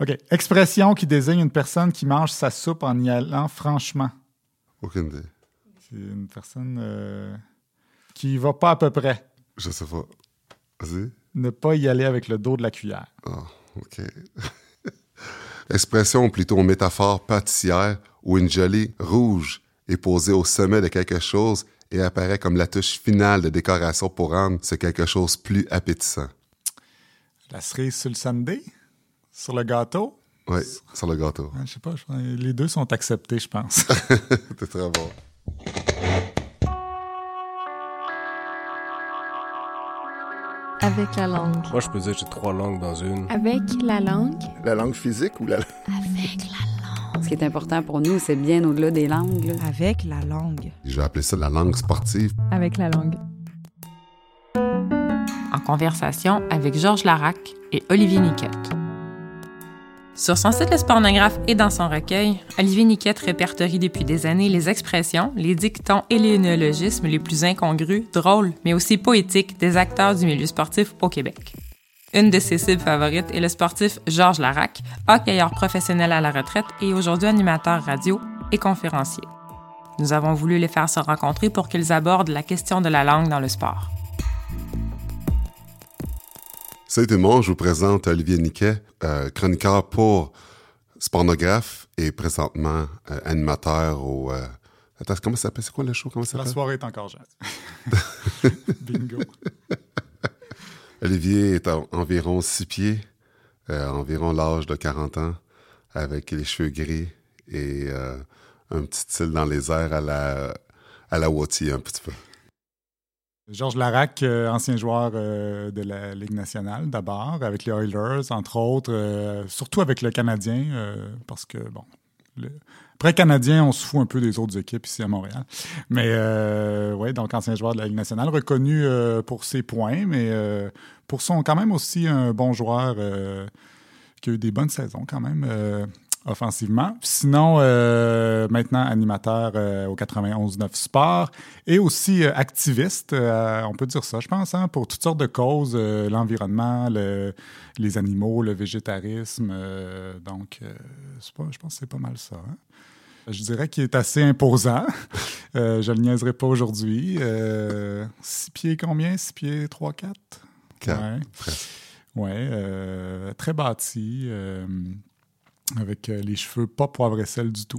OK. Expression qui désigne une personne qui mange sa soupe en y allant franchement. Aucune idée. C'est une personne qui va pas à peu près. Je sais pas. Vas-y. Ne pas y aller avec le dos de la cuillère. Ah, OK. Expression ou plutôt métaphore pâtissière où une jolie rouge est posée au sommet de quelque chose et apparaît comme la touche finale de décoration pour rendre ce quelque chose plus appétissant. La cerise sur le sundae? Sur le gâteau? Oui, sur le gâteau. Je sais pas, les deux sont acceptés, je pense. T'es très bon. Avec la langue. Moi, je peux dire que j'ai 3 langues dans une. Avec la langue. La langue physique ou la... Avec la langue. Ce qui est important pour nous, c'est bien au-delà des langues. Là. Avec la langue. Je vais appeler ça la langue sportive. Avec la langue. En conversation avec Georges Larac et Olivier Niquette. Sur son site Le Spornographe et dans son recueil, Olivier Niquette répertorie depuis des années les expressions, les dictons et les néologismes les plus incongrus, drôles, mais aussi poétiques des acteurs du milieu sportif au Québec. Une de ses cibles favorites est le sportif Georges Larac, hockeyeur professionnel à la retraite et aujourd'hui animateur radio et conférencier. Nous avons voulu les faire se rencontrer pour qu'ils abordent la question de la langue dans le sport. Salut tout le monde, je vous présente Olivier Niquet, chroniqueur pour Spornographe et présentement animateur au... Attends, comment ça s'appelle? C'est quoi le show? Comment ça s'appelle? La soirée est encore jeune. Bingo. Olivier est environ 6 pieds, environ l'âge de 40 ans, avec les cheveux gris et un petit style dans les airs à la Wattie un petit peu. Georges Larac, ancien joueur de la Ligue nationale d'abord, avec les Oilers, entre autres, surtout avec le Canadien, parce que, bon, après Canadien, on se fout un peu des autres équipes ici à Montréal. Mais, oui, donc ancien joueur de la Ligue nationale, reconnu pour ses points, mais pour son quand même aussi un bon joueur qui a eu des bonnes saisons quand même. Offensivement. Sinon, maintenant animateur au 91.9 Sport et aussi activiste, on peut dire ça, je pense, hein, pour toutes sortes de causes, l'environnement, les animaux, le végétarisme. Donc, je pense que c'est pas mal ça. Hein. Je dirais qu'il est assez imposant. Je le niaiserai pas aujourd'hui. 6 pieds combien? 6 pieds 3, 4? 4, ouais. presque. Oui, très bâti. Avec les cheveux pas poivre et sel du tout.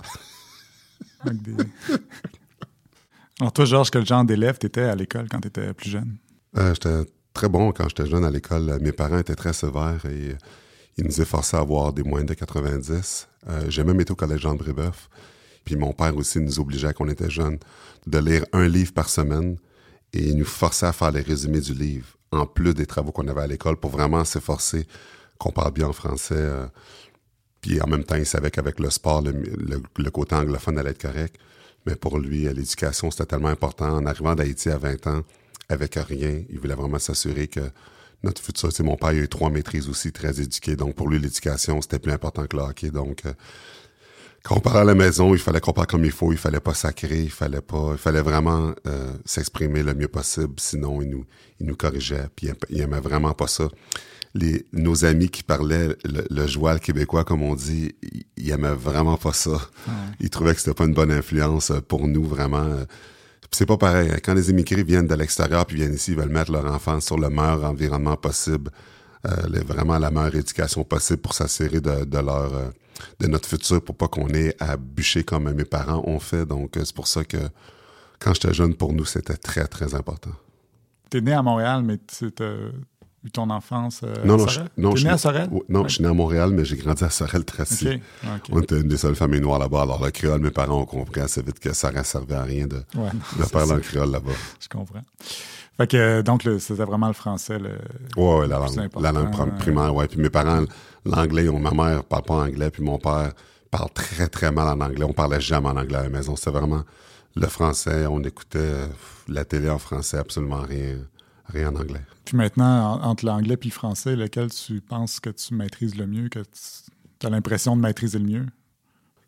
Alors toi, Georges, quel genre d'élève t'étais à l'école quand t'étais plus jeune? J'étais très bon quand j'étais jeune à l'école. Mes parents étaient très sévères et ils nous efforçaient à avoir des moyennes de 90. J'ai même été au collège Jean-de-Brébeuf. Puis mon père aussi nous obligeait, quand on était jeunes, de lire un livre par semaine et il nous forçait à faire les résumés du livre, en plus des travaux qu'on avait à l'école, pour vraiment s'efforcer qu'on parle bien en français. Puis en même temps, il savait qu'avec le sport, le côté anglophone allait être correct. Mais pour lui, l'éducation, c'était tellement important. En arrivant d'Haïti à 20 ans, avec rien, il voulait vraiment s'assurer que notre futur... Mon père, il a eu 3 maîtrises aussi, très éduqué. Donc pour lui, l'éducation, c'était plus important que le hockey. Donc quand on parlait à la maison, il fallait qu'on parle comme il faut. Il fallait pas sacrer. Il fallait vraiment s'exprimer le mieux possible. Sinon, il nous corrigeait. Puis il aimait vraiment pas ça. Nos amis qui parlaient le joual québécois, comme on dit, ils aimaient vraiment pas ça. Ouais. Ils trouvaient que c'était pas une bonne influence pour nous, vraiment. C'est pas pareil. Hein. Quand les immigrés viennent de l'extérieur puis viennent ici, ils veulent mettre leur enfant sur le meilleur environnement possible, vraiment la meilleure éducation possible pour s'assurer de notre futur, pour pas qu'on ait à bûcher comme mes parents ont fait. Donc, c'est pour ça que quand j'étais jeune, pour nous, c'était très, très important. T'es né à Montréal, mais eu ton enfance à Sorel? T'es né à Sorel? Non, je suis né à Montréal, mais j'ai grandi à Sorel-Tracy. Okay. On était une des seules familles noires là-bas. Alors, le créole, mes parents ont compris assez vite que ça ne servait à rien de parler en créole là-bas. Je comprends. Fait que, donc, c'était vraiment le français. Oui, la langue primaire, oui. Puis mes parents, l'anglais, ma mère parle pas anglais, puis mon père parle très, très mal en anglais. On parlait jamais en anglais à la maison. C'était vraiment le français. On écoutait la télé en français, absolument rien en anglais. Puis maintenant, entre l'anglais et le français, lequel tu penses que tu maîtrises le mieux, que tu as l'impression de maîtriser le mieux?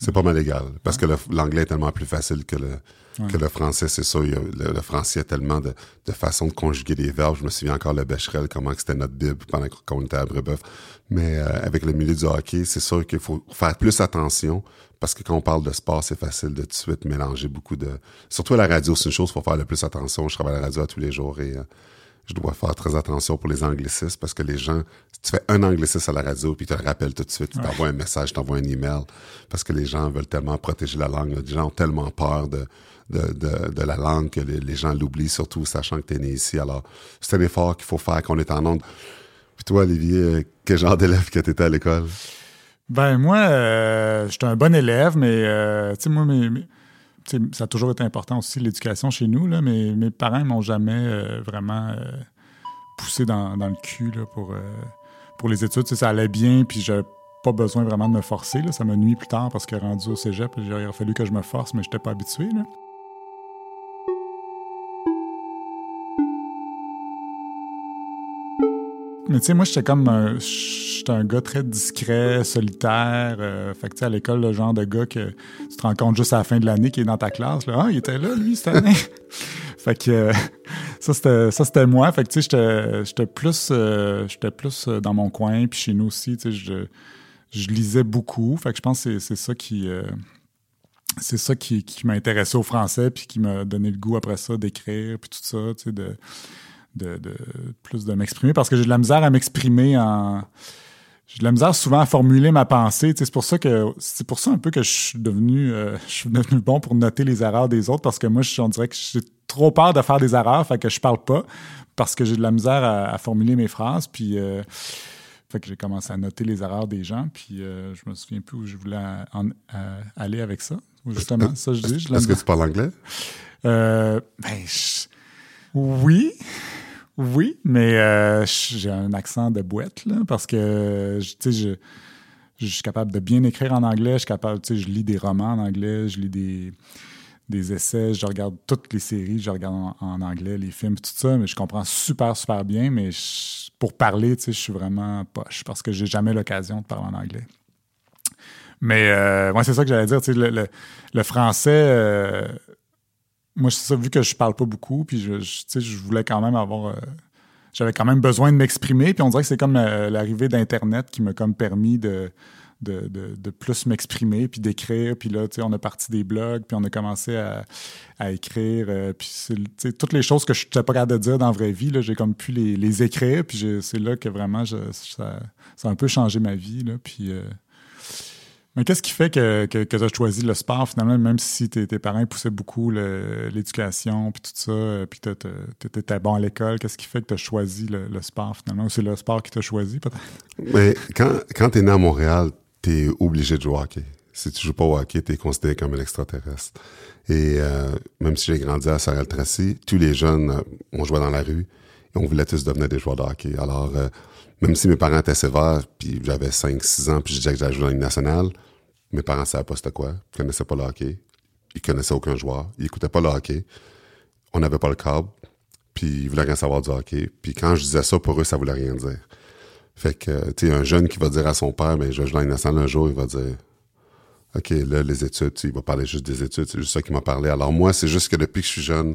C'est pas mal égal. Parce que l'anglais est tellement plus facile que le français, c'est ça. Le français a tellement de façons de conjuguer les verbes. Je me souviens encore le Becherel, comment c'était notre Bible pendant qu'on était à Brébeuf. Mais avec le milieu du hockey, c'est sûr qu'il faut faire plus attention. Parce que quand on parle de sport, c'est facile de tout de suite mélanger beaucoup de... Surtout à la radio, c'est une chose, il faut faire le plus attention. Je travaille à la radio tous les jours et je dois faire très attention pour les anglicismes parce que les gens... Si tu fais un anglicisme à la radio puis tu te le rappelles tout de suite, tu t'envoies un message, tu t'envoies un email parce que les gens veulent tellement protéger la langue. Les gens ont tellement peur de la langue que les gens l'oublient, surtout sachant que tu es né ici. Alors, c'est un effort qu'il faut faire, qu'on est en onde. Puis toi, Olivier, quel genre d'élève que tu étais à l'école? Ben moi, j'étais un bon élève, mais tu sais, moi, ça a toujours été important aussi, l'éducation chez nous, là, mais mes parents ne m'ont jamais vraiment poussé dans le cul là, pour les études. Ça allait bien, puis j'avais pas besoin vraiment de me forcer. Là. Ça m'a nuit plus tard parce que rendu au cégep, il a fallu que je me force, mais je n'étais pas habitué. Là. Mais tu sais, moi, j'étais un gars très discret, solitaire. Fait que tu sais, à l'école, le genre de gars que tu te rends compte juste à la fin de l'année qu'il est dans ta classe. Là. Ah, il était là, lui, cette année. Fait que ça, c'était moi. Fait que tu sais, j'étais plus dans mon coin. Puis chez nous aussi, tu sais, je lisais beaucoup. Fait que je pense que c'est ça qui m'a intéressé au français puis qui m'a donné le goût après ça d'écrire puis tout ça, tu sais, de plus de m'exprimer parce que j'ai de la misère à m'exprimer j'ai de la misère souvent à formuler ma pensée. Tu sais, c'est pour ça un peu que je suis devenu bon pour noter les erreurs des autres parce que moi, on dirait que j'ai trop peur de faire des erreurs, fait que je parle pas parce que j'ai de la misère à formuler mes phrases. Puis, fait que j'ai commencé à noter les erreurs des gens. Puis, je me souviens plus où je voulais aller avec ça. Justement, ça je dis. Est-ce que tu parles anglais? Oui, mais j'ai un accent de boîte, là, parce que, tu sais, je suis capable de bien écrire en anglais, je lis des romans en anglais, je lis des essais, je regarde toutes les séries, je regarde en anglais, les films, tout ça, mais je comprends super, super bien, mais pour parler, tu sais, je suis vraiment poche, parce que j'ai jamais l'occasion de parler en anglais. Mais, moi, c'est ça que j'allais dire, tu sais, le français... moi, c'est ça, vu que je parle pas beaucoup, puis je voulais quand même avoir... j'avais quand même besoin de m'exprimer, puis on dirait que c'est comme l'arrivée d'Internet qui m'a comme permis de plus m'exprimer, puis d'écrire, puis là, tu sais, on a parti des blogs, puis on a commencé à écrire, puis tu sais, toutes les choses que je n'étais pas capable de dire dans la vraie vie, là, j'ai comme pu les écrire, puis c'est là que vraiment, ça a un peu changé ma vie, là, puis... Mais qu'est-ce qui fait que tu as choisi le sport, finalement, même si tes parents poussaient beaucoup l'éducation, puis tout ça, puis que tu étais bon à l'école, qu'est-ce qui fait que tu as choisi le sport, finalement? Ou c'est le sport qui t'a choisi, peut-être? Mais quand tu es né à Montréal, tu es obligé de jouer au hockey. Si tu joues pas au hockey, tu es considéré comme un extraterrestre. Et même si j'ai grandi à Sorel-Tracy, tous les jeunes, on jouait dans la rue et on voulait tous devenir des joueurs de hockey. Alors... même si mes parents étaient sévères, puis j'avais 5-6 ans, puis je disais que j'allais jouer dans la Ligue nationale, mes parents ne savaient pas c'était quoi. Ils ne connaissaient pas le hockey. Ils ne connaissaient aucun joueur. Ils n'écoutaient pas le hockey. On n'avait pas le câble. Puis ils voulaient rien savoir du hockey. Puis quand je disais ça, pour eux, ça voulait rien dire. Fait que, tu sais, un jeune qui va dire à son père, mais je vais jouer dans la Ligue nationale un jour, il va dire, OK, là, les études, il va parler juste des études. C'est juste ça qu'il m'a parlé. Alors moi, c'est juste que depuis que je suis jeune,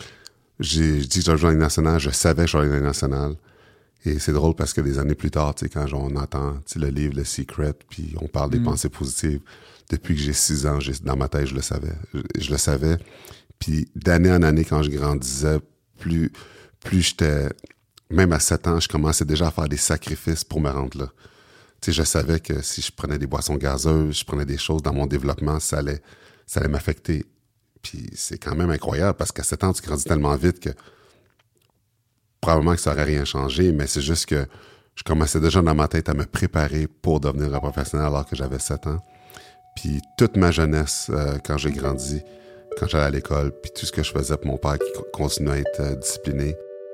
j'ai dit que je vais jouer dans la Ligue nationale. Je savais que je jouais dans la Ligue nationale. Et c'est drôle parce que des années plus tard, quand on entend le livre « Le Secret », puis on parle des pensées positives, depuis que j'ai 6 ans, dans ma tête, je le savais. Je le savais. Puis d'année en année, quand je grandissais, plus j'étais... Même à 7 ans, je commençais déjà à faire des sacrifices pour me rendre là. Tu sais, je savais que si je prenais des boissons gazeuses, je prenais des choses dans mon développement, ça allait m'affecter. Puis c'est quand même incroyable parce qu'à 7 ans, tu grandis tellement vite que probablement que ça n'aurait rien changé, mais c'est juste que je commençais déjà dans ma tête à me préparer pour devenir un professionnel alors que j'avais 7 ans. Puis toute ma jeunesse, quand j'ai grandi, quand j'allais à l'école, puis tout ce que je faisais pour mon père qui continuait à être discipliné.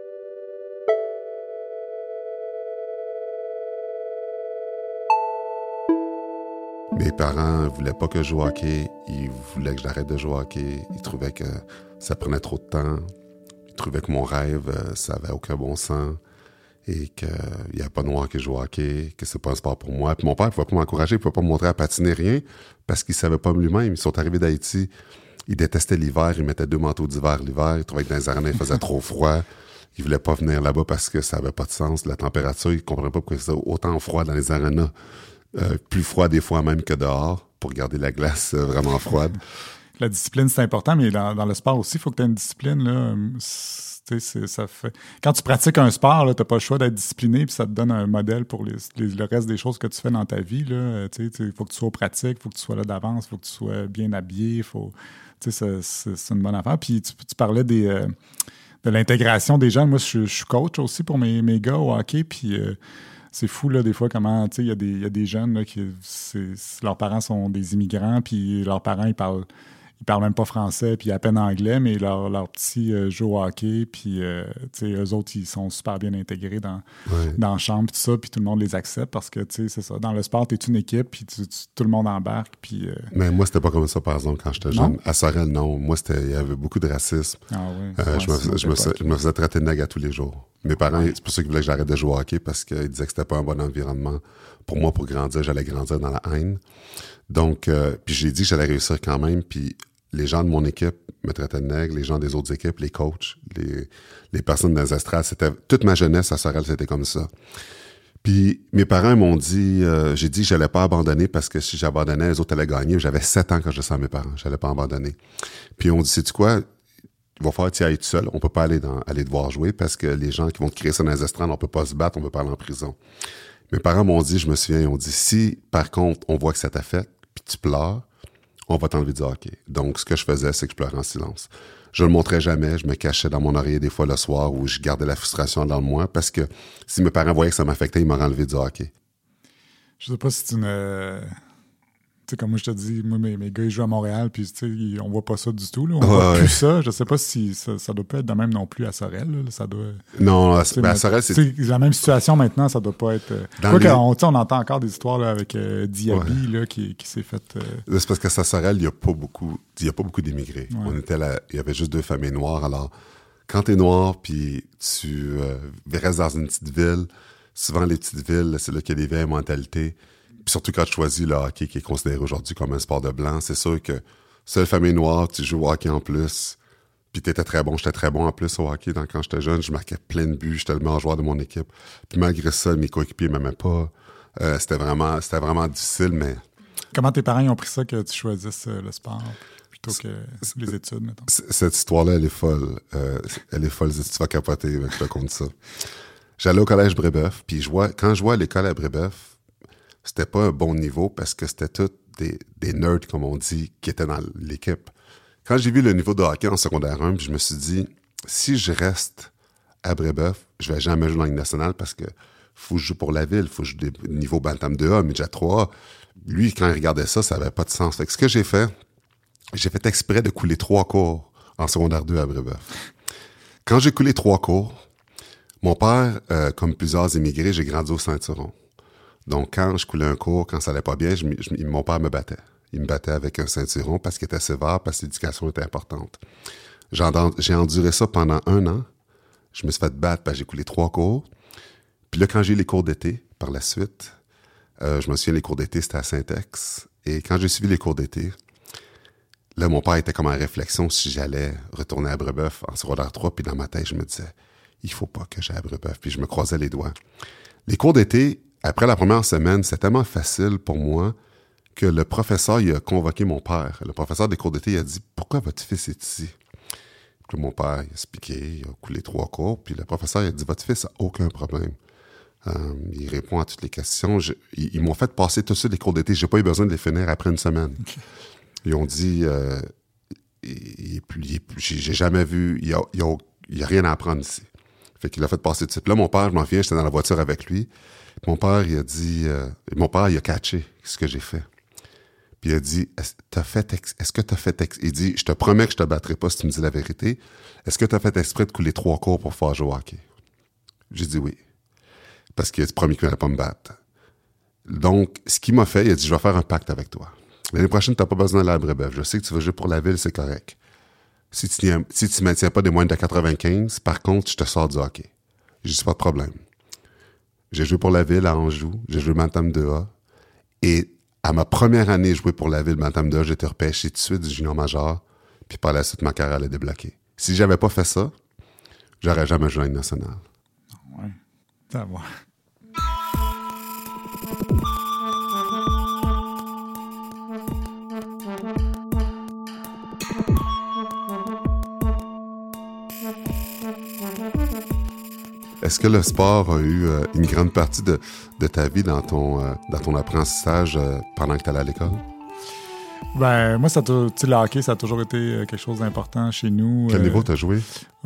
Mes parents ne voulaient pas que je joue au hockey. Ils voulaient que j'arrête de jouer au hockey. Ils trouvaient que ça prenait trop de temps. Ils trouvaient que mon rêve, ça n'avait aucun bon sens. et qu'il n'y avait pas de Noir qui joue au hockey, que c'est pas un sport pour moi. Puis mon père ne pouvait pas m'encourager, il ne pouvait pas me montrer à patiner, rien, parce qu'il ne savait pas lui-même. Ils sont arrivés d'Haïti, ils détestaient l'hiver, ils mettaient 2 manteaux d'hiver l'hiver, ils trouvaient que dans les arénas, il faisait trop froid. Ils voulaient pas venir là-bas parce que ça avait pas de sens. La température, ils comprenaient pas pourquoi c'était autant froid dans les arénas. Plus froid des fois même que dehors, pour garder la glace vraiment froide. La discipline, c'est important, mais dans le sport aussi, il faut que tu aies une discipline. Là. Ça fait... Quand tu pratiques un sport, tu n'as pas le choix d'être discipliné, puis ça te donne un modèle pour le reste des choses que tu fais dans ta vie. Il faut que tu sois pratique, il faut que tu sois là d'avance, il faut que tu sois bien habillé. C'est une bonne affaire. Puis tu parlais de l'intégration des jeunes. Moi, je suis coach aussi pour mes gars au hockey, puis c'est fou, là, des fois, comment, il y a des jeunes, là, leurs parents sont des immigrants, puis leurs parents, ils parlent même pas français, puis à peine anglais, mais leurs petits jouent au hockey, puis eux autres, ils sont super bien intégrés dans la chambre, tout ça, puis tout le monde les accepte, parce que, c'est ça, dans le sport, t'es une équipe, puis tout le monde embarque, puis... Mais moi, c'était pas comme ça, par exemple, quand j'étais jeune. À Sorel, non. Moi, il y avait beaucoup de racisme. Ah oui. Je me faisais traiter de nègre à tous les jours. Mes parents, c'est pour ça qu'ils voulaient que j'arrête de jouer au hockey, parce qu'ils disaient que c'était pas un bon environnement pour moi, pour grandir. J'allais grandir dans la haine. Donc, puis j'ai dit que j'allais réussir quand même, puis les gens de mon équipe me traitaient de nègre, les gens des autres équipes, les coachs, les personnes dans les estrades, c'était toute ma jeunesse à Sorel, c'était comme ça. Puis mes parents m'ont dit, j'ai dit que j'allais pas abandonner parce que si j'abandonnais, les autres allaient gagner. J'avais 7 ans quand je sens mes parents, j'allais pas abandonner. Puis on dit, sais-tu quoi, il va falloir que tu ailles tout seul, on peut pas aller devoir jouer parce que les gens qui vont te créer ça dans les estrades, on peut pas se battre, on peut pas aller en prison. Mes parents m'ont dit, je me souviens, ils ont dit, si par contre on voit que ça t'a fait, puis tu pleures, on va t'enlever du hockey. Donc, ce que je faisais, c'est que je pleurais en silence. Je ne le montrais jamais. Je me cachais dans mon oreiller des fois le soir où je gardais la frustration dans moi parce que si mes parents voyaient que ça m'affectait, ils m'auraient enlevé du hockey. Je sais pas si tu ne... Tu sais, comme moi, je te dis, moi, mes gars, ils jouent à Montréal, puis tu sais, on voit pas ça du tout. Là. On voit plus ça. Je sais pas si ça doit pas être de même non plus à Sorel. Là. Ça doit... Non, à Sorel, c'est... La même situation maintenant, ça doit pas être... on entend encore des histoires là, avec Diaby là, qui s'est fait... C'est parce qu'à Sorel, il y a pas beaucoup d'immigrés. Ouais. On était là, il y avait juste 2 familles noires. Alors, quand t'es noir, puis tu restes dans une petite ville, souvent les petites villes, c'est là qu'il y a des vieilles mentalités. Puis surtout quand tu choisis le hockey qui est considéré aujourd'hui comme un sport de blanc, c'est sûr que seule famille noire, tu joues au hockey en plus. Puis t'étais très bon, j'étais très bon en plus au hockey. Quand j'étais jeune, je marquais plein de buts, j'étais le meilleur joueur de mon équipe. Puis malgré ça, mes coéquipiers m'aimaient pas. C'était vraiment difficile, mais... Comment tes parents ont pris ça que tu choisisses le sport plutôt que les études, mettons? Cette histoire-là, elle est folle. Elle est folle, tu vas capoter quand je te compte ça. J'allais au collège Brébeuf, puis quand je jouais à l'école à Brébeuf, c'était pas un bon niveau parce que c'était tous des nerds, comme on dit, qui étaient dans l'équipe. Quand j'ai vu le niveau de hockey en secondaire 1, puis je me suis dit, si je reste à Brébeuf, je vais jamais jouer dans la Ligue nationale parce que faut que je joue pour la ville, faut que je joue des niveaux Bantam 2A, Midget 3A. Lui, quand il regardait ça, ça avait pas de sens. Fait que ce que j'ai fait exprès de couler 3 cours en secondaire 2 à Brébeuf. Quand j'ai coulé 3 cours, mon père, comme plusieurs immigrés, j'ai grandi au Saint-Turon. Donc, quand je coulais un cours, quand ça allait pas bien, mon père me battait. Il me battait avec un ceinturon parce qu'il était sévère, parce que l'éducation était importante. J'ai enduré ça pendant 1 an. Je me suis fait battre parce que j'ai coulé 3 cours. Puis là, quand j'ai eu les cours d'été, par la suite, je me souviens, les cours d'été, c'était à Saint-Ex. Et quand j'ai suivi les cours d'été, là, mon père était comme en réflexion si j'allais retourner à Brébeuf en secondaire 3. Puis dans ma tête, je me disais, il faut pas que j'aille à Brébeuf. Puis je me croisais les doigts. Les cours d'été, après la première semaine, c'est tellement facile pour moi que le professeur, il a convoqué mon père. Le professeur des cours d'été, il a dit « Pourquoi votre fils est ici? » Puis mon père, il a expliqué, il a coulé 3 cours, puis le professeur, il a dit « Votre fils n'a aucun problème. » Il répond à toutes les questions. Ils m'ont fait passer tout ça les cours d'été. J'ai pas eu besoin de les finir après 1 semaine. Okay. Ils ont dit j'ai jamais vu, il y a rien à apprendre ici. Fait qu'il a fait passer tout ça. Puis là, mon père, je m'en souviens, j'étais dans la voiture avec lui. Mon père, il a dit... mon père, il a catché ce que j'ai fait. Puis il a dit, est-ce que tu as fait... Il dit, je te promets que je te battrai pas si tu me dis la vérité. Est-ce que tu as fait exprès de couler 3 cours pour faire jouer au hockey? J'ai dit oui. Parce qu'il a promis qu'il n'allait pas me battre. Donc, ce qu'il m'a fait, il a dit, je vais faire un pacte avec toi. L'année prochaine, tu n'as pas besoin d'aller à Brébeuf. Je sais que tu vas jouer pour la ville, c'est correct. Si tu maintiens pas des moins de 95, par contre, je te sors du hockey. J'ai dit, pas de problème. J'ai joué pour la Ville à Anjou. J'ai joué Bantam 2A. Et à ma première année joué pour la Ville Bantam 2A, j'ai été repêché tout de suite du junior major. Puis par la suite, ma carrière allait débloquer. Si j'avais pas fait ça, j'aurais jamais joué à Ligue nationale. Ouais. Ça va. Est-ce que le sport a eu une grande partie de ta vie dans ton apprentissage pendant que tu allais à l'école? Ben, moi, le hockey, ça a toujours été quelque chose d'important chez nous. Quel niveau t'as joué?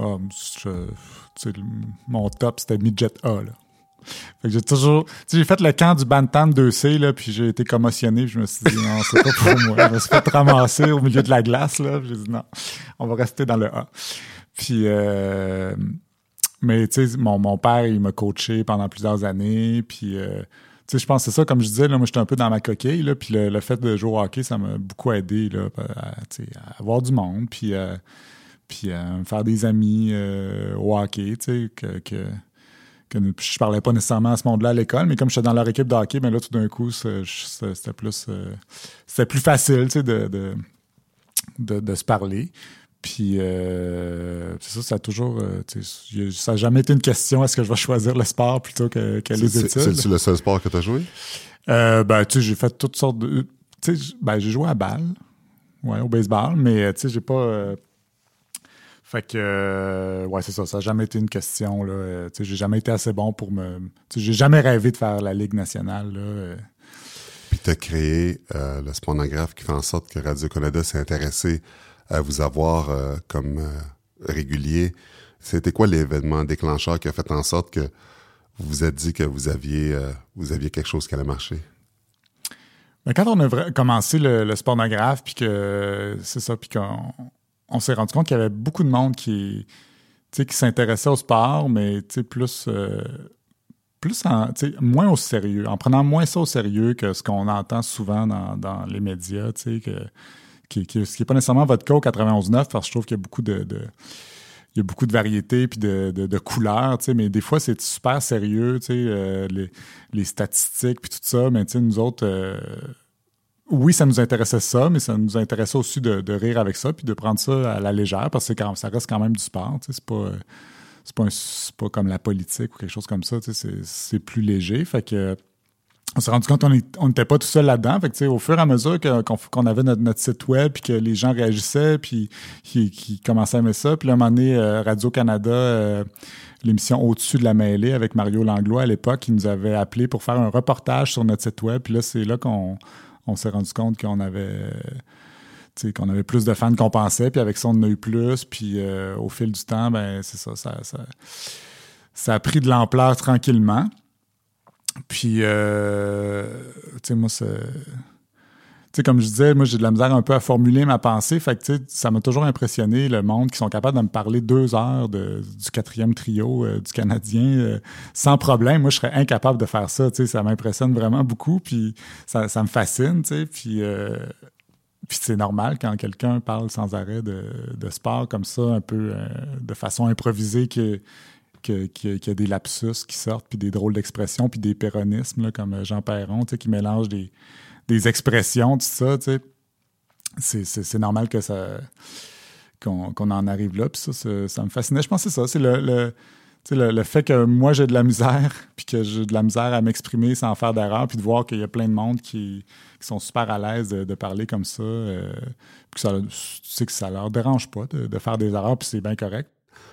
Mon top, c'était midget A, là. Fait que j'ai fait le camp du Bantam 2C, là, puis j'ai été commotionné, puis je me suis dit, non, c'est pas pour moi. Je me suis fait ramasser au milieu de la glace, là, puis j'ai dit, non, on va rester dans le A. Puis, mais, tu sais, mon père, il m'a coaché pendant plusieurs années, puis, tu sais, je pense que c'est ça, comme je disais, là, moi, j'étais un peu dans ma coquille, là, puis le fait de jouer au hockey, ça m'a beaucoup aidé, là, à avoir du monde, puis à me faire des amis au hockey, tu sais, que je parlais pas nécessairement à ce monde-là à l'école, mais comme j'étais dans leur équipe de hockey, ben là, tout d'un coup, c'était plus facile, tu sais, de se parler. Puis, c'est ça a toujours... ça n'a jamais été une question, est-ce que je vais choisir le sport plutôt que les études? C'est le seul sport que tu as joué? Ben, tu sais, j'ai fait toutes sortes de... Tu sais, j'ai joué à balle, ouais, au baseball, mais, tu sais, j'ai pas... Fait que, ouais, c'est ça. Ça n'a jamais été une question, là. Tu sais, j'ai jamais été assez bon pour me... Tu sais, j'ai jamais rêvé de faire la Ligue nationale, là. Puis tu as créé le Sportnographe qui fait en sorte que Radio-Canada s'est intéressé à vous avoir comme régulier. C'était quoi l'événement déclencheur qui a fait en sorte que vous vous êtes dit que vous aviez quelque chose qui allait marcher? Ben, quand on a commencé le Sportnographe, puis que c'est ça, puis qu'on s'est rendu compte qu'il y avait beaucoup de monde qui s'intéressait au sport, mais plus moins au sérieux, en prenant moins ça au sérieux que ce qu'on entend souvent dans les médias, ce qui n'est pas nécessairement votre cas au 91.9, parce que je trouve qu'il y a beaucoup il y a beaucoup de variétés puis de couleurs, mais des fois, c'est super sérieux, les statistiques puis tout ça, mais nous autres, oui, ça nous intéressait ça, mais ça nous intéressait aussi de rire avec ça puis de prendre ça à la légère, parce que ça reste quand même du sport, c'est pas comme la politique ou quelque chose comme ça, c'est plus léger, fait que on s'est rendu compte qu'on n'était pas tout seul là-dedans. Fait que, au fur et à mesure qu'on avait notre site web, puis que les gens réagissaient, puis qui commençaient à aimer ça. Puis là, à un moment donné, Radio-Canada, l'émission Au-dessus de la mêlée avec Mario Langlois à l'époque, qui nous avait appelé pour faire un reportage sur notre site web. Puis là, c'est là qu'on s'est rendu compte qu'on avait plus de fans qu'on pensait. Puis avec ça, on en a eu plus. Puis au fil du temps, ben c'est ça a pris de l'ampleur tranquillement. Puis, moi, comme je disais, moi, j'ai de la misère un peu à formuler ma pensée. Fait que, ça m'a toujours impressionné, le monde qui sont capables de me parler 2 heures du 4e trio du Canadien sans problème. Moi, je serais incapable de faire ça. Ça m'impressionne vraiment beaucoup. Puis, ça me fascine. Puis c'est normal quand quelqu'un parle sans arrêt de sport comme ça, un peu de façon improvisée, qu'il y a des lapsus qui sortent, puis des drôles d'expressions, puis des péronismes, là, comme Jean Perron, qui mélange des expressions, tout ça, c'est normal que qu'on en arrive là, puis ça me fascinait. Je pense que c'est ça, c'est le fait que moi, j'ai de la misère, puis que j'ai de la misère à m'exprimer sans faire d'erreur, puis de voir qu'il y a plein de monde qui sont super à l'aise de parler comme ça, puis que ça leur dérange pas de faire des erreurs, puis c'est bien correct.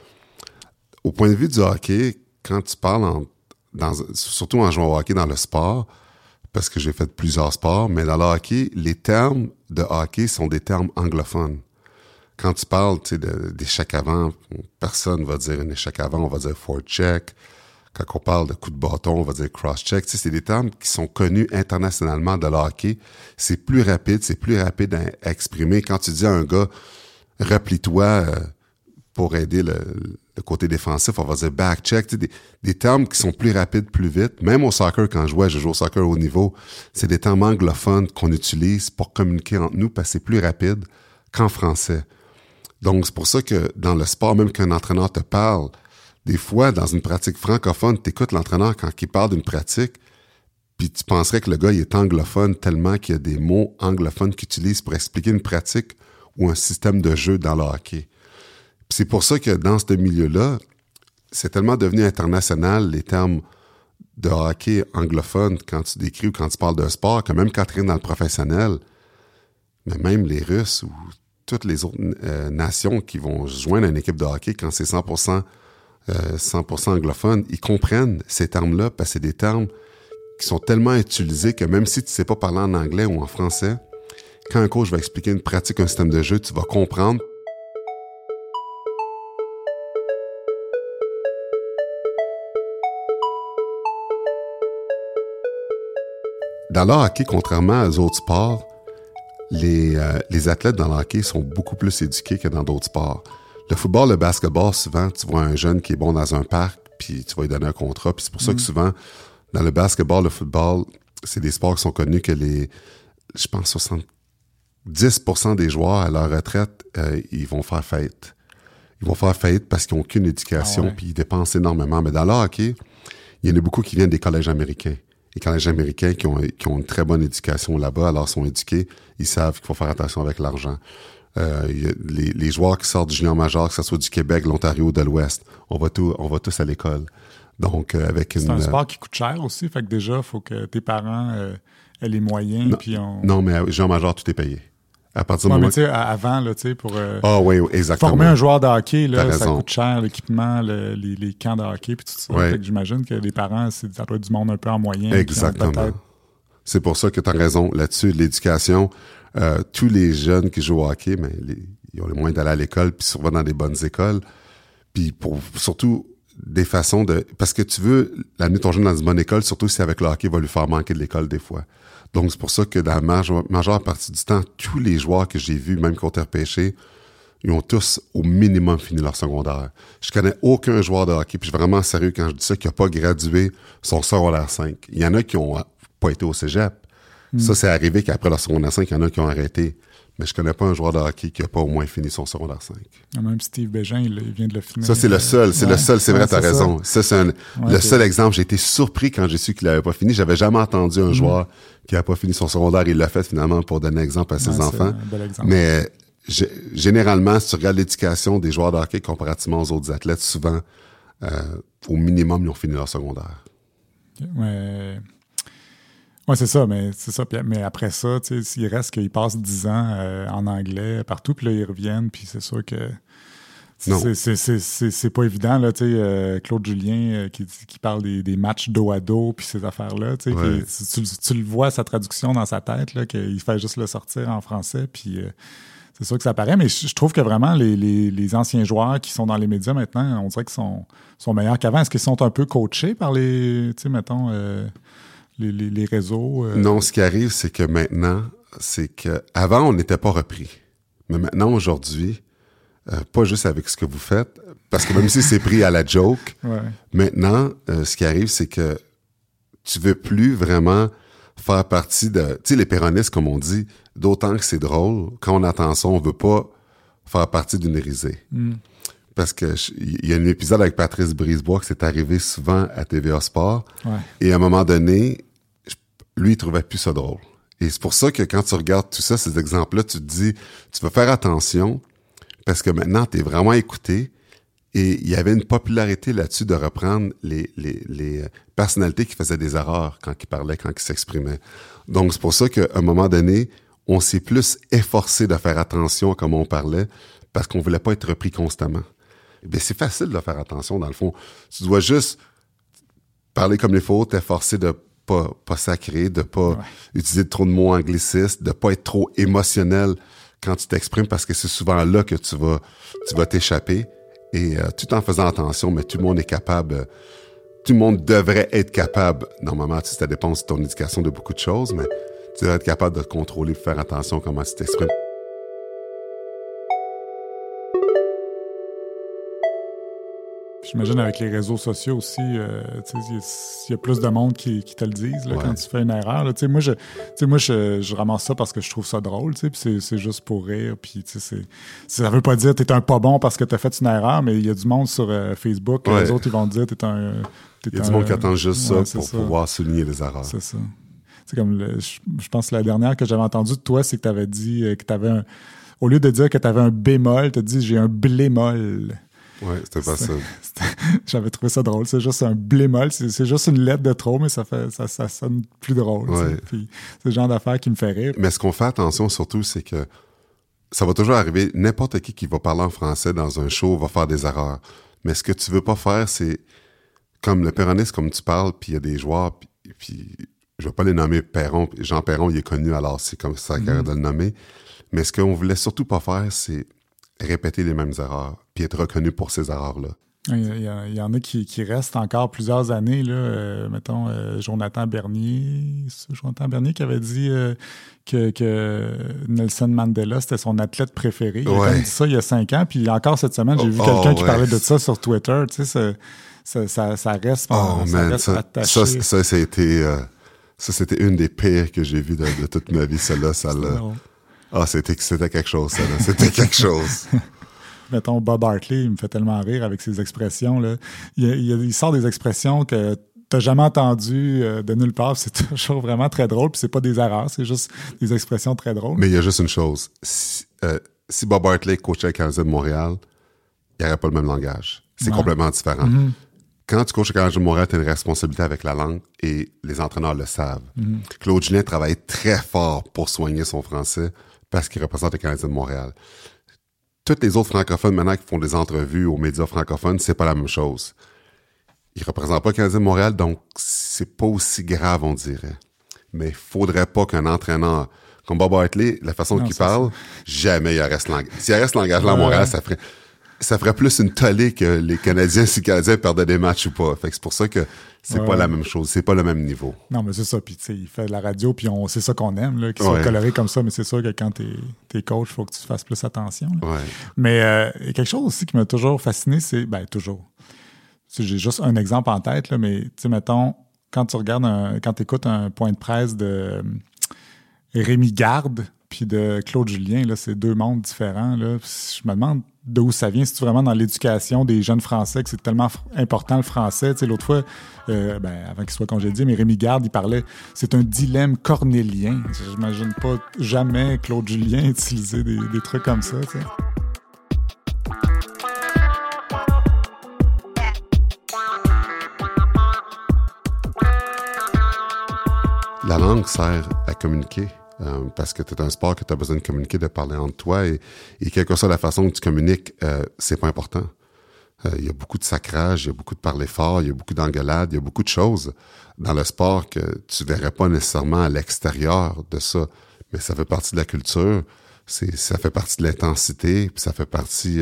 Au point de vue du hockey, quand tu parles, surtout en jouant au hockey dans le sport, parce que j'ai fait plusieurs sports, mais dans le hockey, les termes de hockey sont des termes anglophones. Quand tu parles d'échec avant, personne va dire un échec avant, on va dire forecheck. Quand on parle de coup de bâton, on va dire cross-check. C'est des termes qui sont connus internationalement de le hockey. C'est plus rapide à exprimer. Quand tu dis à un gars, replie-toi pour aider le côté défensif, on va dire back-check. Des termes qui sont plus rapides, plus vite. Même au soccer, quand je joue au soccer haut niveau, c'est des termes anglophones qu'on utilise pour communiquer entre nous parce que c'est plus rapide qu'en français. Donc, c'est pour ça que dans le sport, même qu'un entraîneur te parle Des fois, dans une pratique francophone, tu écoutes l'entraîneur quand il parle d'une pratique, puis tu penserais que le gars il est anglophone tellement qu'il y a des mots anglophones qu'il utilise pour expliquer une pratique ou un système de jeu dans le hockey. Puis c'est pour ça que dans ce milieu-là, c'est tellement devenu international, les termes de hockey anglophone, quand tu décris ou quand tu parles d'un sport, que même quand tu es dans le professionnel, mais même les Russes ou toutes les autres nations qui vont se joindre à une équipe de hockey, quand c'est 100% anglophone, ils comprennent ces termes-là parce que c'est des termes qui sont tellement utilisés que même si tu ne sais pas parler en anglais ou en français, quand un coach va expliquer une pratique, un système de jeu, tu vas comprendre. Dans le hockey, contrairement aux autres sports, les athlètes dans le hockey sont beaucoup plus éduqués que dans d'autres sports. Le football, le basketball, souvent, tu vois un jeune qui est bon dans un parc, puis tu vas lui donner un contrat. Puis c'est pour ça que souvent, dans le basketball, le football, c'est des sports qui sont connus que je pense, 70% des joueurs à leur retraite, ils vont faire fête. Ils vont faire fête parce qu'ils n'ont aucune éducation, puis ils dépensent énormément. Mais dans le hockey, il y en a beaucoup qui viennent des collèges américains. Les collèges américains qui ont une très bonne éducation là-bas, alors sont éduqués, ils savent qu'il faut faire attention avec l'argent. Les joueurs qui sortent du junior major, que ce soit du Québec, de l'Ontario, de l'Ouest, on va tous à l'école. Donc, c'est un sport qui coûte cher aussi, fait que déjà, il faut que tes parents aient les moyens. Non, mais junior major, tout est payé. À partir du moment... mais tu sais, avant, là, tu sais, pour oui, exactement. former un joueur de hockey, là, ça coûte cher, l'équipement, les camps de hockey, puis tout ça. Fait que j'imagine que les parents, ça doit être du monde un peu en moyen. Exactement. C'est pour ça que tu as raison là-dessus, l'éducation. Tous les jeunes qui jouent au hockey, mais ils ont les moyens d'aller à l'école, puis souvent dans des bonnes écoles. Puis surtout des façons de... Parce que tu veux l'amener ton jeune dans une bonne école, surtout si avec le hockey va lui faire manquer de l'école des fois. Donc, c'est pour ça que dans la majeure partie du temps, tous les joueurs que j'ai vus, même contre repêché, ils ont tous au minimum fini leur secondaire. Je connais aucun joueur de hockey, puis je suis vraiment sérieux quand je dis ça, qui n'a pas gradué son secondaire 5. Il y en a qui n'ont pas été au cégep. Ça, c'est arrivé qu'après leur secondaire 5, il y en a qui ont arrêté. Mais je connais pas un joueur de hockey qui n'a pas au moins fini son secondaire 5. Même Steve Bégin, il vient de le finir. Ça, c'est le seul. C'est vrai, t'as raison. Ça, c'est le seul exemple. J'ai été surpris quand j'ai su qu'il n'avait pas fini. J'avais jamais entendu un joueur qui n'a pas fini son secondaire. Il l'a fait finalement pour donner exemple à ses enfants. Un bel exemple. Mais généralement, si tu regardes l'éducation des joueurs de hockey comparativement aux autres athlètes, souvent, au minimum, ils ont fini leur secondaire. Oui, c'est ça, mais après ça, tu sais, s'il reste qu'ils passent 10 ans en anglais partout, puis là, ils reviennent, puis c'est sûr que c'est pas évident, là, tu sais, Claude Julien qui parle des matchs dos à dos, puis ces affaires-là, tu sais, tu le vois, sa traduction dans sa tête, là, qu'il fait juste le sortir en français, puis c'est sûr que ça paraît, mais je trouve que vraiment, les anciens joueurs qui sont dans les médias maintenant, on dirait qu'ils sont meilleurs qu'avant. Est-ce qu'ils sont un peu coachés par les, tu sais, mettons... Les réseaux? Non, ce qui arrive, c'est que maintenant, avant, on n'était pas repris. Mais maintenant, aujourd'hui, pas juste avec ce que vous faites, parce que même si c'est pris à la joke, maintenant, ce qui arrive, c'est que tu veux plus vraiment faire partie de... Tu sais, les péronistes, comme on dit, d'autant que c'est drôle, quand on entend ça, on veut pas faire partie d'une risée. Parce que il y a un épisode avec Patrice Brisebois qui s'est arrivé souvent à TVA Sport. Et à un moment donné, lui, il trouvait plus ça drôle. Et c'est pour ça que quand tu regardes tout ça, ces exemples-là, tu te dis, tu vas faire attention parce que maintenant, tu es vraiment écouté. Et il y avait une popularité là-dessus de reprendre les personnalités qui faisaient des erreurs quand ils parlaient, quand ils s'exprimaient. Donc, c'est pour ça qu'à un moment donné, on s'est plus efforcé de faire attention à comment on parlait parce qu'on voulait pas être repris constamment. Bien, c'est facile de faire attention, dans le fond. Tu dois juste parler comme il faut, t'efforcer de pas sacrer, de pas utiliser trop de mots anglicistes, de pas être trop émotionnel quand tu t'exprimes, parce que c'est souvent là que tu vas t'échapper. Et tout en faisant attention, mais tout le monde est capable, tout le monde devrait être capable, normalement, ça dépend de ton éducation de beaucoup de choses, mais tu devrais être capable de te contrôler, de faire attention à comment tu t'exprimes. J'imagine avec les réseaux sociaux aussi, il y a plus de monde qui te le disent là, quand tu fais une erreur. Là. Moi, je ramasse ça parce que je trouve ça drôle, puis c'est juste pour rire. Puis ça veut pas dire que t'es un pas bon parce que t'as fait une erreur, mais il y a du monde sur Facebook, les autres, ils vont te dire t'es un... Il y a du monde qui attend juste ça pour pouvoir souligner les erreurs. C'est ça. C'est comme, je pense que la dernière que j'avais entendue de toi, c'est que t'avais dit que t'avais au lieu de dire que t'avais un bémol, t'as dit j'ai un blémol. Oui, c'était pas ça. J'avais trouvé ça drôle. C'est juste un blémol. C'est juste une lettre de trop, mais ça sonne plus drôle. Ouais. Puis c'est le genre d'affaire qui me fait rire. Mais ce qu'on fait attention surtout, c'est que ça va toujours arriver. N'importe qui va parler en français dans un show va faire des erreurs. Mais ce que tu veux pas faire, c'est comme le péroniste, comme tu parles, puis il y a des joueurs, puis je vais pas les nommer Perron. Jean Perron, il est connu, alors c'est comme ça qu'il a de le nommer. Mais ce qu'on voulait surtout pas faire, c'est répéter les mêmes erreurs, puis être reconnu pour ces erreurs-là. Il y en a qui restent encore plusieurs années, là. Mettons, Jonathan Bernier qui avait dit que Nelson Mandela, c'était son athlète préféré. Il a dit ça il y a 5 ans, puis encore cette semaine, j'ai vu quelqu'un qui parlait de ça sur Twitter. Tu sais, ça reste, attaché. Ça c'était une des pires que j'ai vues de toute ma vie, celle-là. C'était quelque chose, ça, là. C'était quelque chose. Mettons, Bob Hartley, il me fait tellement rire avec ses expressions, là. Il sort des expressions que t'as jamais entendues de nulle part. C'est toujours vraiment très drôle. Puis c'est pas des erreurs, c'est juste des expressions très drôles. Mais il y a juste une chose. Si Bob Hartley coachait le Canadien de Montréal, il n'y aurait pas le même langage. C'est complètement différent. Mm-hmm. Quand tu coaches le Canadien de Montréal, tu as une responsabilité avec la langue et les entraîneurs le savent. Mm-hmm. Claude Julien travaille très fort pour soigner son français parce qu'il représente le Canadien de Montréal. Tous les autres francophones, maintenant, qui font des entrevues aux médias francophones, c'est pas la même chose. Ils représentent pas le Canadien de Montréal, donc c'est pas aussi grave, on dirait. Mais il faudrait pas qu'un entraîneur comme Bob Hartley, la façon qu'il parle, jamais il reste langage. S'il reste l'engagement à Montréal, ça ferait plus une tollée que les Canadiens si les Canadiens perdaient des matchs ou pas. Fait que c'est pour ça que c'est pas la même chose, c'est pas le même niveau. Non, mais c'est ça. Puis tu sais, il fait de la radio, puis c'est ça qu'on aime, là, qu'il soit coloré comme ça. Mais c'est sûr que quand t'es coach, il faut que tu fasses plus attention. Là. Mais quelque chose aussi qui m'a toujours fasciné, c'est toujours. J'ai juste un exemple en tête, là, mais tu sais, mettons, quand tu regardes quand tu écoutes un point de presse de Rémi Garde puis de Claude Julien, là, c'est 2 mondes différents. Là. Je me demande d'où ça vient. C'est vraiment dans l'éducation des jeunes Français que c'est tellement important le français. Tu sais, l'autre fois, avant qu'il soit congédié, mais Rémi Garde, il parlait, c'est un dilemme cornélien. J'imagine pas jamais Claude Julien utiliser des trucs comme ça. Tu sais. La langue sert à communiquer. Parce que tu es un sport que tu as besoin de communiquer, de parler entre toi. Et quelle que soit la façon que tu communiques, c'est pas important. Il y a beaucoup de sacrage, il y a beaucoup de parler fort, il y a beaucoup d'engueulades, il y a beaucoup de choses dans le sport que tu verrais pas nécessairement à l'extérieur de ça. Mais ça fait partie de la culture, ça fait partie de l'intensité, puis ça fait partie...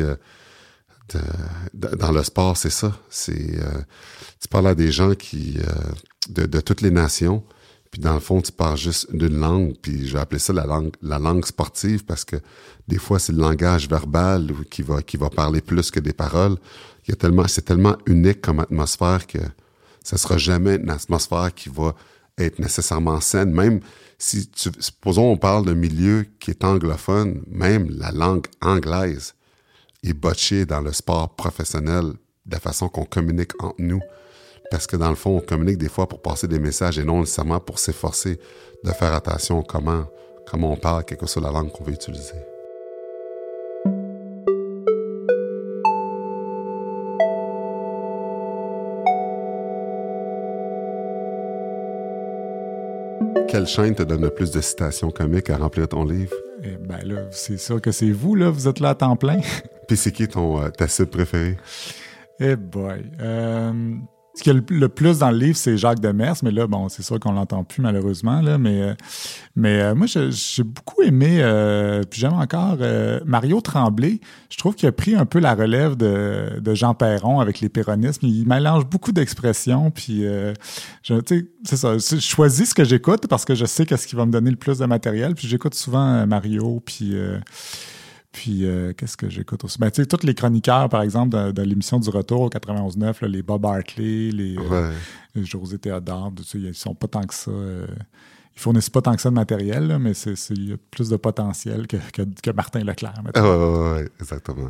dans le sport, c'est ça. Tu parles à des gens qui de toutes les nations. Puis dans le fond, tu parles juste d'une langue, puis j'ai appelé ça la langue sportive parce que des fois, c'est le langage verbal qui va parler plus que des paroles. C'est tellement unique comme atmosphère que ça sera jamais une atmosphère qui va être nécessairement saine. Même si, supposons on parle d'un milieu qui est anglophone, même la langue anglaise est botchée dans le sport professionnel de la façon qu'on communique entre nous. Parce que dans le fond, on communique des fois pour passer des messages et non nécessairement pour s'efforcer de faire attention à comment on parle, quelle que soit la langue qu'on veut utiliser. Quelle chaîne te donne le plus de citations comiques à remplir ton livre? Eh ben là, c'est sûr que c'est vous, là. Vous êtes là à temps plein. Puis c'est qui ta cible préférée? Eh boy. Ce qu'il y a le plus dans le livre, c'est Jacques Demers, mais là, bon, c'est sûr qu'on l'entend plus malheureusement, là, mais moi, j'ai beaucoup aimé, puis j'aime encore Mario Tremblay. Je trouve qu'il a pris un peu la relève de Jean Perron avec les péronismes. Il mélange beaucoup d'expressions, puis tu sais, c'est ça. Je choisis ce que j'écoute parce que je sais qu'est-ce qui va me donner le plus de matériel, puis j'écoute souvent Mario, puis Puis, qu'est-ce que j'écoute aussi? Ben, tu sais, tous les chroniqueurs, par exemple, de l'émission du Retour au 91.9, là, les Bob Hartley, les José Théodore, tu sais, ils sont pas tant que ça. Ils fournissent pas tant que ça de matériel, là, mais il y a plus de potentiel que Martin Leclerc. Oui, exactement.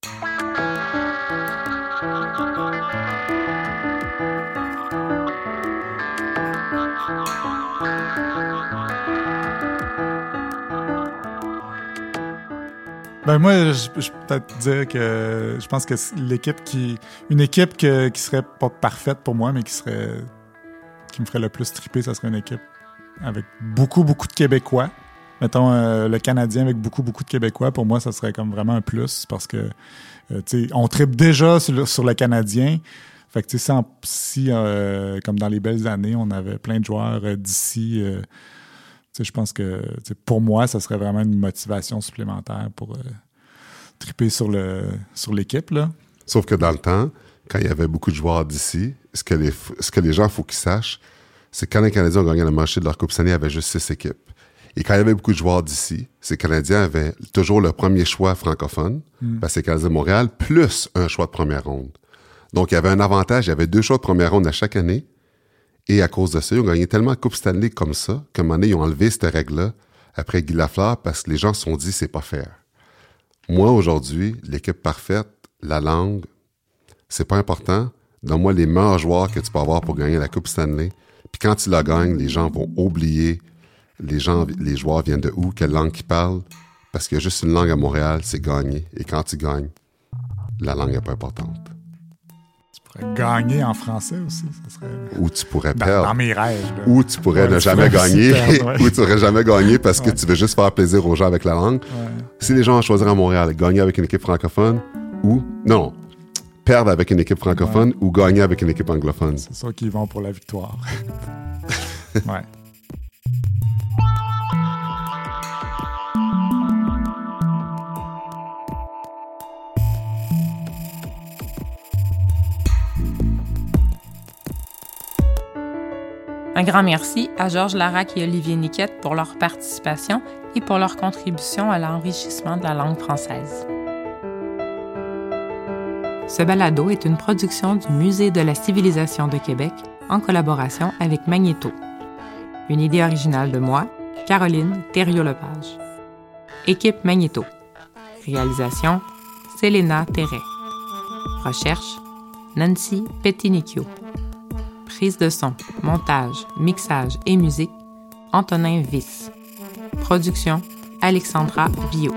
Ben moi, je peux peut-être dire que je pense que une équipe qui serait pas parfaite pour moi, mais qui me ferait le plus triper, ça serait une équipe avec beaucoup, beaucoup de Québécois. Mettons, le Canadien avec beaucoup, beaucoup de Québécois, pour moi, ça serait comme vraiment un plus parce que, tu sais, on tripe déjà sur le Canadien. Fait que, tu sais, si comme dans les belles années, on avait plein de joueurs d'ici, tu sais, je pense que, pour moi, ça serait vraiment une motivation supplémentaire pour triper sur l'équipe, là. Sauf que dans le temps, quand il y avait beaucoup de joueurs d'ici, ce que les gens, il faut qu'ils sachent, c'est que quand les Canadiens ont gagné le marché de leur Coupe Stanley, il y avait juste 6 équipes. Et quand il y avait beaucoup de joueurs d'ici, ces Canadiens avaient toujours le premier choix francophone, parce que c'est Canadiens de Montréal, plus un choix de première ronde. Donc, il y avait un avantage, il y avait 2 choix de première ronde à chaque année. Et à cause de ça, ils ont gagné tellement de Coupe Stanley comme ça, qu'à un moment donné, ils ont enlevé cette règle-là après Guy Lafleur parce que les gens se sont dit c'est pas fair. Moi, aujourd'hui, l'équipe parfaite, la langue, c'est pas important. Donne-moi les meilleurs joueurs que tu peux avoir pour gagner la Coupe Stanley. Puis quand tu la gagnes, les gens vont oublier les joueurs viennent de où, quelle langue ils parlent. Parce qu'il y a juste une langue à Montréal, c'est gagner. Et quand tu gagnes, la langue n'est pas importante. Gagner en français aussi, ça serait... Ou tu pourrais perdre. Dans mes rêves. Là. Ou tu pourrais ne jamais gagner. Ou tu n'aurais jamais gagné parce que tu veux juste faire plaisir aux gens avec la langue. Ouais. Si les gens vont choisir à Montréal, gagner avec une équipe francophone ou... Non, perdre avec une équipe francophone ou gagner avec une équipe anglophone. C'est sûr qu'ils vont pour la victoire. Ouais. Un grand merci à Georges Larac et Olivier Niquette pour leur participation et pour leur contribution à l'enrichissement de la langue française. Ce balado est une production du Musée de la civilisation de Québec en collaboration avec Magnéto. Une idée originale de moi, Caroline Thériault-Lepage. Équipe Magnéto. Réalisation, Célena Terret. Recherche, Nancy Pettinicchio. Prise de son, montage, mixage et musique, Antonin Vyss. Production, Alexandra Bio.